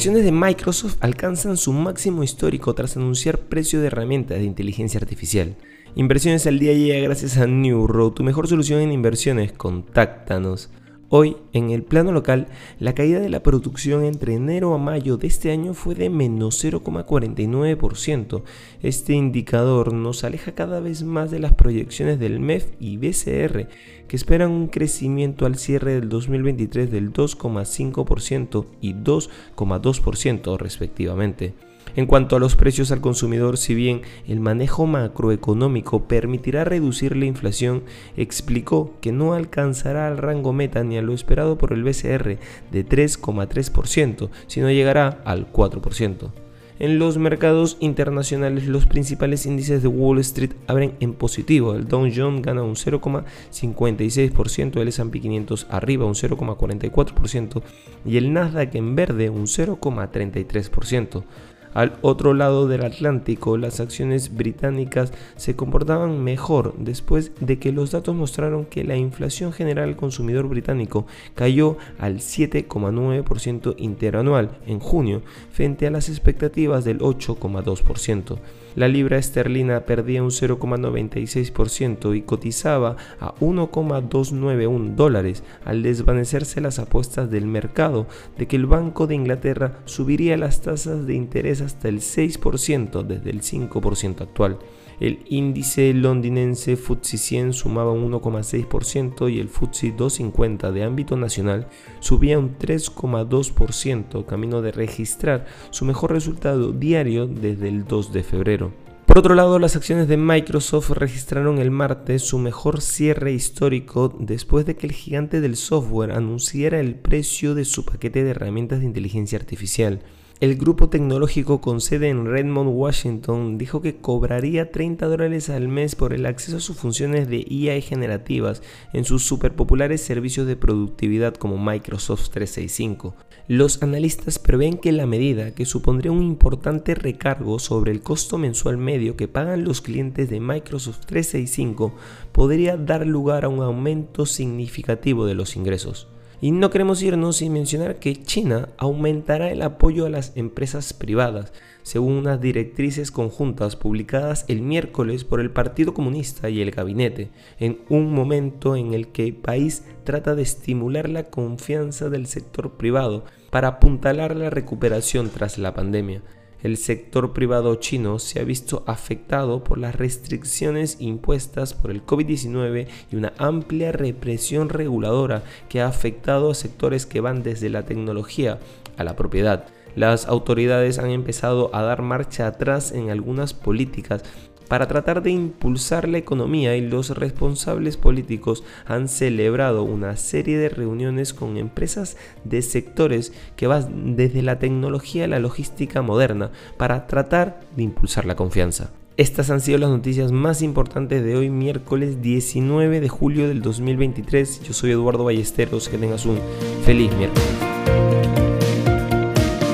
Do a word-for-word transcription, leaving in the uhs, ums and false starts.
acciones de Microsoft alcanzan su máximo histórico tras anunciar precio de herramientas de inteligencia artificial. Inversiones al día llega gracias a Newro, tu mejor solución en inversiones. Contáctanos. Hoy, en el plano local, la caída de la producción entre enero a mayo de este año fue de menos cero coma cuarenta y nueve por ciento. Este indicador nos aleja cada vez más de las proyecciones del M E F y B C R, que esperan un crecimiento al cierre del dos mil veintitrés del dos coma cinco por ciento y dos coma dos por ciento respectivamente. En cuanto a los precios al consumidor, si bien el manejo macroeconómico permitirá reducir la inflación, explicó que no alcanzará al rango meta ni a lo esperado por el B C R de tres coma tres por ciento, sino llegará al cuatro por ciento. En los mercados internacionales, los principales índices de Wall Street abren en positivo. El Dow Jones gana un cero coma cincuenta y seis por ciento, el ese and pe quinientos arriba un cero coma cuarenta y cuatro por ciento y el Nasdaq en verde un cero coma treinta y tres por ciento. Al otro lado del Atlántico, las acciones británicas se comportaban mejor después de que los datos mostraron que la inflación general al consumidor británico cayó al siete coma nueve por ciento interanual en junio, frente a las expectativas del ocho coma dos por ciento. La libra esterlina perdía un cero coma noventa y seis por ciento y cotizaba a uno coma doscientos noventa y uno dólares al desvanecerse las apuestas del mercado de que el Banco de Inglaterra subiría las tasas de interés hasta el seis por ciento desde el cinco por ciento actual. El índice londinense F T S E cien sumaba un uno coma seis por ciento y el F T S E doscientos cincuenta de ámbito nacional subía un tres coma dos por ciento, camino de registrar su mejor resultado diario desde el dos de febrero. Por otro lado, las acciones de Microsoft registraron el martes su mejor cierre histórico después de que el gigante del software anunciara el precio de su paquete de herramientas de inteligencia artificial. El grupo tecnológico con sede en Redmond, Washington, dijo que cobraría treinta dólares al mes por el acceso a sus funciones de I A generativas en sus superpopulares servicios de productividad como Microsoft trescientos sesenta y cinco. Los analistas prevén que la medida, que supondría un importante recargo sobre el costo mensual medio que pagan los clientes de Microsoft trescientos sesenta y cinco, podría dar lugar a un aumento significativo de los ingresos. Y no queremos irnos sin mencionar que China aumentará el apoyo a las empresas privadas, según unas directrices conjuntas publicadas el miércoles por el Partido Comunista y el Gabinete, en un momento en el que el país trata de estimular la confianza del sector privado para apuntalar la recuperación tras la pandemia. El sector privado chino se ha visto afectado por las restricciones impuestas por el COVID diecinueve y una amplia represión reguladora que ha afectado a sectores que van desde la tecnología a la propiedad. Las autoridades han empezado a dar marcha atrás en algunas políticas para tratar de impulsar la economía y los responsables políticos han celebrado una serie de reuniones con empresas de sectores que van desde la tecnología a la logística moderna para tratar de impulsar la confianza. Estas han sido las noticias más importantes de hoy, miércoles diecinueve de julio del dos mil veintitrés. Yo soy Eduardo Ballesteros, que tengas un feliz miércoles.